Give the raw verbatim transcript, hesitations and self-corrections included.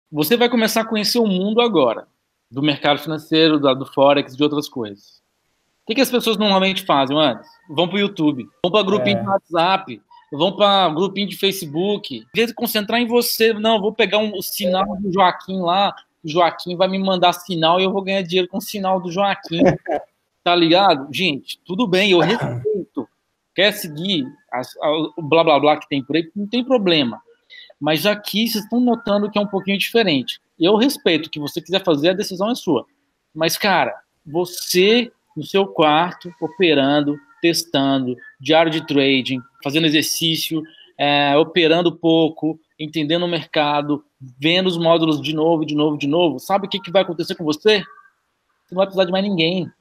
Você vai começar a conhecer o mundo agora, do mercado financeiro, do, do Forex, de outras coisas. O que, que as pessoas normalmente fazem antes? Vão para o YouTube, vão para grupinho de É, WhatsApp, vão para grupinho de Facebook. Em vez de concentrar em você, não, vou pegar um, o sinal do Joaquim lá, o Joaquim vai me mandar sinal e eu vou ganhar dinheiro com o sinal do Joaquim. Tá ligado? Gente, tudo bem, eu respeito. Quer seguir as, a, o blá blá blá que tem por aí, não tem problema. Mas aqui vocês estão notando que é um pouquinho diferente. Eu respeito, o que você quiser fazer, a decisão é sua. Mas, cara, você no seu quarto, operando, testando, diário de trading, fazendo exercício, é, operando pouco, entendendo o mercado, vendo os módulos de novo, de novo, de novo, sabe o que, que vai acontecer com você? Você não vai precisar de mais ninguém.